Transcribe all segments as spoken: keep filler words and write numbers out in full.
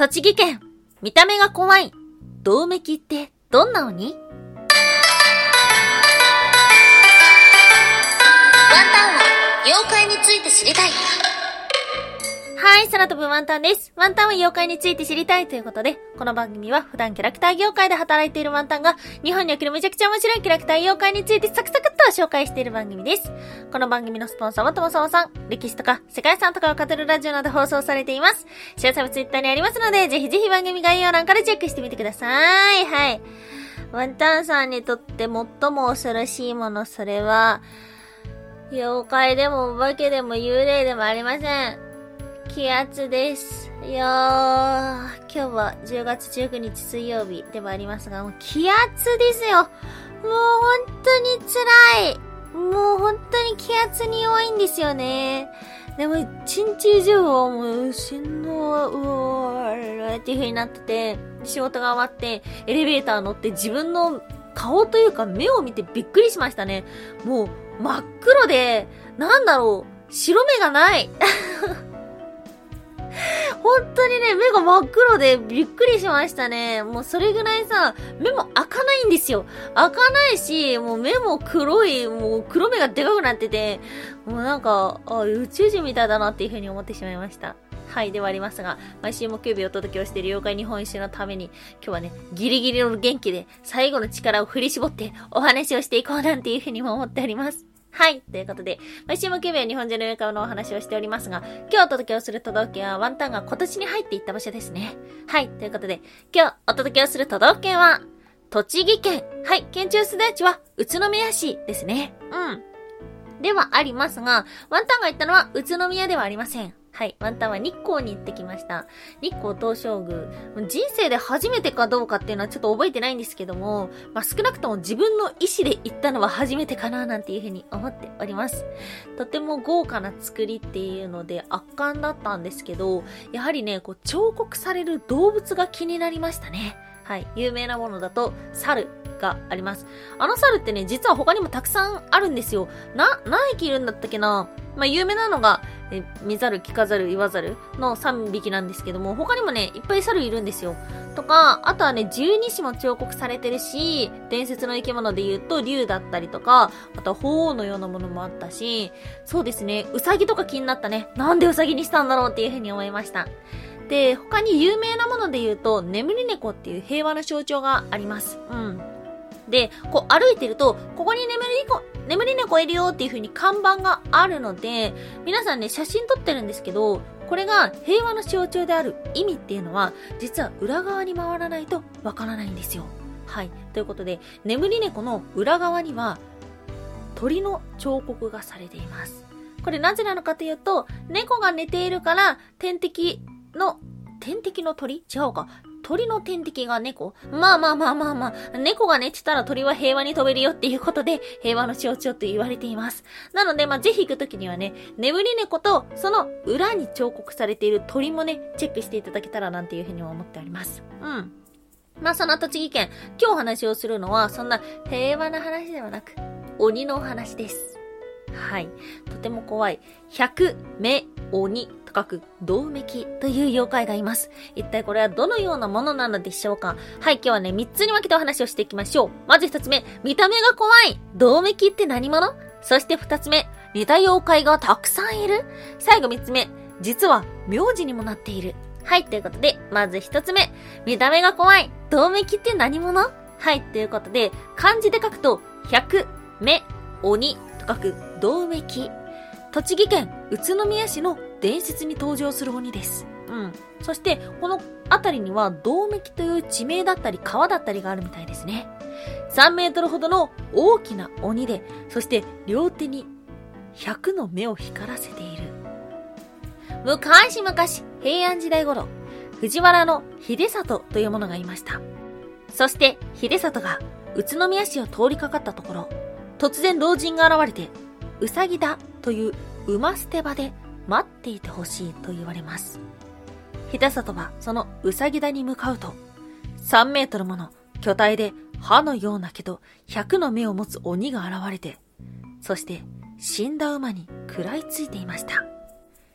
栃木県、見た目が怖い、銅メキってどんな鬼？ワンタンは妖怪について知りたい。はい、空飛ぶワンタンです。ワンタンは妖怪について知りたいということで、この番組は普段キャラクター業界で働いているワンタンが、日本におけるめちゃくちゃ面白いキャラクター妖怪についてサクサクっと紹介している番組です。この番組のスポンサーはともさまさん、歴史とか世界遺産とかを語るラジオなど放送されています。詳細はツイッターにありますので、ぜひぜひ番組概要欄からチェックしてみてください。はい。ワンタンさんにとって最も恐ろしいもの、それは、妖怪でもお化けでも幽霊でもありません。気圧です。いやー、今日はじゅうがつじゅうくにち水曜日ではありますが、もう気圧ですよ。もう本当に辛い。もう本当に気圧に弱いんですよね。でも一日中はもうしんどい、うわーっていう風になってて、仕事が終わってエレベーター乗って自分の顔というか目を見てびっくりしましたね。もう真っ黒で、なんだろう、白目がない。本当にね、目が真っ黒でびっくりしましたね。もうそれぐらいさ、目も開かないんですよ。開かないし、もう目も黒い、もう黒目がでかくなってて、もうなんか、あ、宇宙人みたいだなっていう風に思ってしまいました。はい、ではありますが、毎週木曜日お届けをしている妖怪日本一周のために、今日はね、ギリギリの元気で最後の力を振り絞ってお話をしていこうなんていう風にも思っております。はい。ということで、毎週木曜日は日本中の妖怪のお話をしておりますが、今日お届けをする都道府県はワンタンが今年に入っていった場所ですね。はい。ということで、今日お届けをする都道府県は、栃木県。はい。県庁所在地は宇都宮市ですね。うん。ではありますが、ワンタンが行ったのは宇都宮ではありません。はい。ワンタンは日光に行ってきました。日光東照宮。人生で初めてかどうかっていうのはちょっと覚えてないんですけども、まあ、少なくとも自分の意思で行ったのは初めてかななんていうふうに思っております。とても豪華な作りっていうので圧巻だったんですけど、やはりね、こう彫刻される動物が気になりましたね。はい。有名なものだと、猿があります。あの猿ってね、実は他にもたくさんあるんですよ。な、何匹いるんだったっけな？まあ、有名なのが、え見ざる、聞かざる、言わざるのさんびきなんですけども、他にもね、いっぱい猿いるんですよ。とか、あとはね、十二支も彫刻されてるし、伝説の生き物で言うと、竜だったりとか、あとは鳳凰のようなものもあったし、そうですね、ウサギとか気になったね。なんでウサギにしたんだろうっていうふうに思いました。で、他に有名なもので言うと、眠り猫っていう平和の象徴があります。うん。で、こう歩いてると、ここに眠り猫、眠り猫いるよっていう風に看板があるので、皆さんね、写真撮ってるんですけど、これが平和の象徴である意味っていうのは、実は裏側に回らないとわからないんですよ。はい。ということで、眠り猫の裏側には、鳥の彫刻がされています。これなぜなのかというと、猫が寝ているから、天敵の、天敵の鳥？違うか。鳥の天敵が猫？まあまあまあまあまあ、猫が寝てたら鳥は平和に飛べるよっていうことで、平和の象徴と言われています。なので、まあぜひ行くときにはね、眠り猫とその裏に彫刻されている鳥もね、チェックしていただけたらなんていうふうにも思っております。うん。まあその栃木県、今日お話をするのは、そんな平和な話ではなく、鬼のお話です。はい。とても怖い。百目鬼と書く銅メキという妖怪がいます。一体これはどのようなものなのでしょうか？はい、今日はね、三つに分けてお話をしていきましょう。まず一つ目、見た目が怖い。銅メキって何者？そして二つ目、似た妖怪がたくさんいる。最後三つ目、実は名字にもなっている。はい、ということで、まず一つ目、見た目が怖い。銅メキって何者？はい、ということで、漢字で書くと、百目鬼と書く銅メキ。栃木県宇都宮市の伝説に登場する鬼です。うん。そして、この辺りには銅メキという地名だったり川だったりがあるみたいですね。さんメートルほどの大きな鬼で、そして両手にひゃくの目を光らせている。昔々、平安時代頃、藤原の秀里というものがいました。そして、秀里が宇都宮市を通りかかったところ、突然老人が現れて、うさぎだという馬捨て場で待っていてほしいと言われます。秀里はそのうさぎだに向かうと、さんメートルもの巨体で歯のような毛とひゃくの目を持つ鬼が現れて、そして死んだ馬に食らいついていました。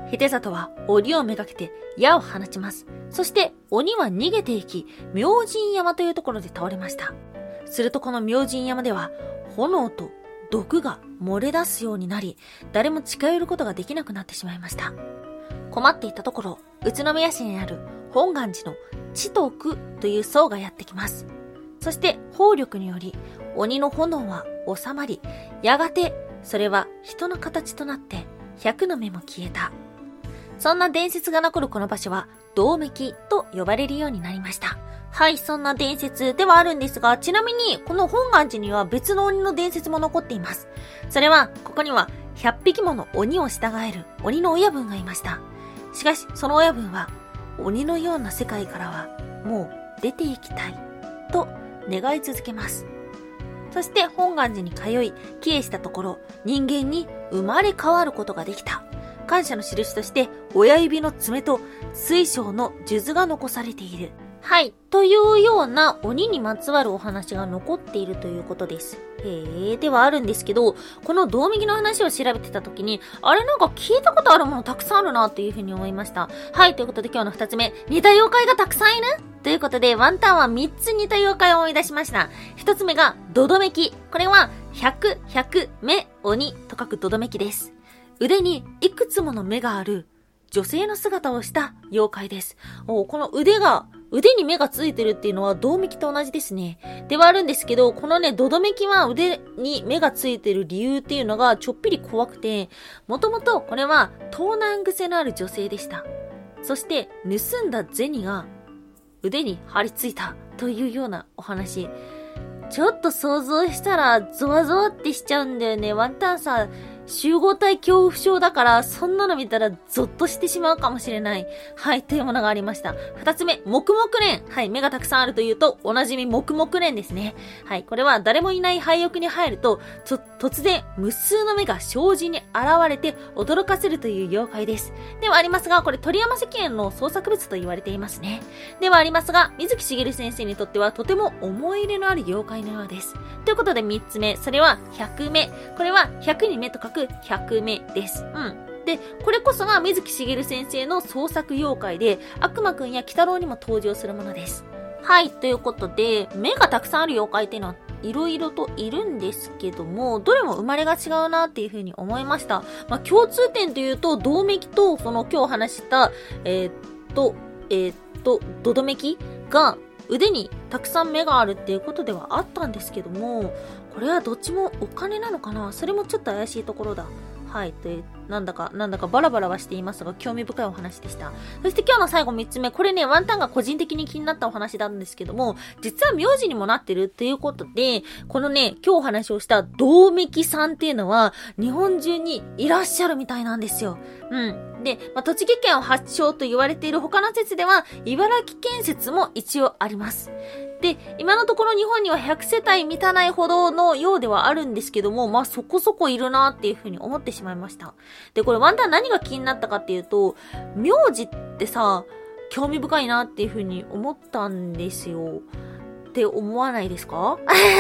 秀里は鬼をめがけて矢を放ちます。そして鬼は逃げていき、明神山というところで倒れました。するとこの明神山では炎と毒が漏れ出すようになり、誰も近寄ることができなくなってしまいました。困っていたところ、宇都宮市にある本願寺の智徳という僧がやってきます。そして法力により鬼の炎は収まり、やがてそれは人の形となって百の目も消えた。そんな伝説が残るこの場所は銅맥と呼ばれるようになりました。はい、そんな伝説ではあるんですが、ちなみにこの本願寺には別の鬼の伝説も残っています。それはここにはひゃっぴきもの鬼を従える鬼の親分がいました。しかしその親分は鬼のような世界からはもう出ていきたいと願い続けます。そして本願寺に通い帰依したところ、人間に生まれ変わることができた。感謝の印として親指の爪と水晶の数珠が残されている。はい。というような鬼にまつわるお話が残っているということです。へえ、ではあるんですけど、この銅右の話を調べてた時に、あれなんか聞いたことあるものたくさんあるなっていうふうに思いました。はい。ということで今日の二つ目、似た妖怪がたくさんいるということで、ワンタンは三つ似た妖怪を思い出しました。一つ目が、ドドメキ。これは、百、百、目、鬼と書くドドメキです。腕にいくつもの目がある女性の姿をした妖怪です。お、この腕が、腕に目がついてるっていうのは銅メキと同じですね。ではあるんですけど、このね、ドドメキは腕に目がついてる理由っていうのがちょっぴり怖くて、もともとこれは盗難癖のある女性でした。そして盗んだ銭が腕に張り付いたというようなお話。ちょっと想像したらゾワゾワってしちゃうんだよね。ワンタンさ、集合体恐怖症だから、そんなの見たらゾッとしてしまうかもしれない。はい、というものがありました。二つ目、黙々蓮。はい、目がたくさんあるというと、おなじみ黙々蓮ですね。はい、これは誰もいない廃屋に入ると、と突然、無数の目が障子に現れて驚かせるという妖怪です。ではありますが、これ鳥山石燕の創作物と言われていますね。ではありますが、水木しげる先生にとってはとても思い入れのある妖怪のようです。ということで三つ目、それは百目。これは百に目と書く百目です。うん。で、これこそが水木しげる先生の創作妖怪で、悪魔くんや鬼太郎にも登場するものです。はい、ということで、目がたくさんある妖怪っていうのはいろいろといるんですけども、どれも生まれが違うなっていうふうに思いました。まあ、共通点というと、銅メキと、その今日話した、えー、っと、えー、っと、ドドメキが、腕にたくさん目があるっていうことではあったんですけども、これはどっちもお金なのかな？それもちょっと怪しいところだ。はい。で、なんだか、なんだかバラバラはしていますが、興味深いお話でした。そして今日の最後みっつめ、これね、ワンタンが個人的に気になったお話なんですけども、実は名字にもなってるっていうことで、このね、今日お話をした銅メキさんっていうのは、日本中にいらっしゃるみたいなんですよ。うん。で、まあ、栃木県を発祥と言われている他の説では、茨城県説も一応あります。で、今のところ日本にはひゃくせたい満たないほどのようではあるんですけども、まあ、そこそこいるなっていうふうに思ってしまいました。で、これワンタン何が気になったかっていうと、名字ってさ、興味深いなっていうふうに思ったんですよ。って思わないですか？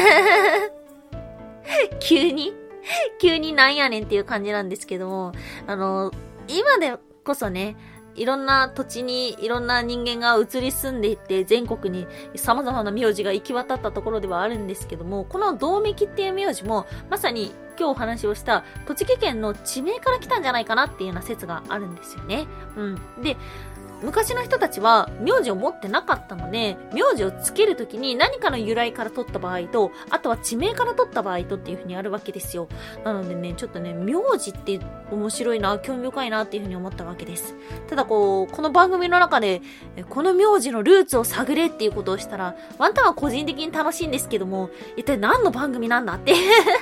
急に急になんやねんっていう感じなんですけども、あの、今でこそね、いろんな土地にいろんな人間が移り住んでいって全国に様々な名字が行き渡ったところではあるんですけども、この銅メキっていう名字もまさに今日お話をした栃木県の地名から来たんじゃないかなっていうような説があるんですよね。うん。で、昔の人たちは名字を持ってなかったので、名字をつけるときに何かの由来から取った場合と、あとは地名から取った場合とっていう風にあるわけですよ。なのでね、ちょっとね、名字って面白いな、興味深いなっていう風に思ったわけです。ただこう、この番組の中で、この名字のルーツを探れっていうことをしたら、ワンタンは個人的に楽しいんですけども、一体何の番組なんだって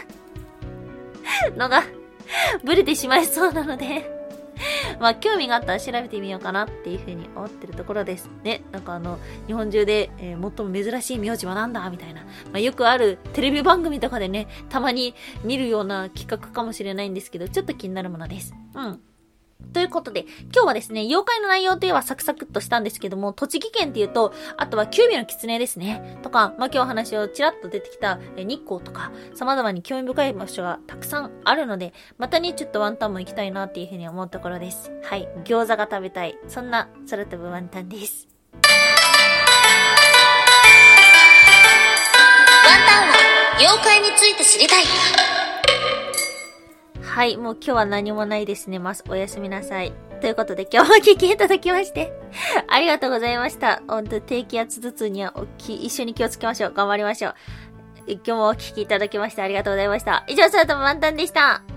のが、ブレてしまいそうなのでまあ興味があったら調べてみようかなっていう風に思ってるところですね。なんかあの日本中で、えー、最も珍しい名字はなんだみたいな、まあ、よくあるテレビ番組とかでねたまに見るような企画かもしれないんですけど、ちょっと気になるものです。うん。 ということで、今日はですね、妖怪の内容といえばサクサクっとしたんですけども、栃木県っていうと、あとはキュウビの狐ですね。とか、まあ、今日お話をちらっと出てきたえ日光とか、様々に興味深い場所がたくさんあるので、またね、ちょっとワンタンも行きたいなっていうふうに思うところです。はい。餃子が食べたい。そんな空飛ぶワンタンです。ワンタンは妖怪について知りたい。はい、もう今日は何もないですね。ます。おやすみなさい。ということで今日もお聞きいただきまして、ありがとうございました。ほんと低気圧頭痛にはおき、一緒に気をつけましょう。頑張りましょう。今日もお聞きいただきましてありがとうございました。以上、空飛ぶワンタンでした。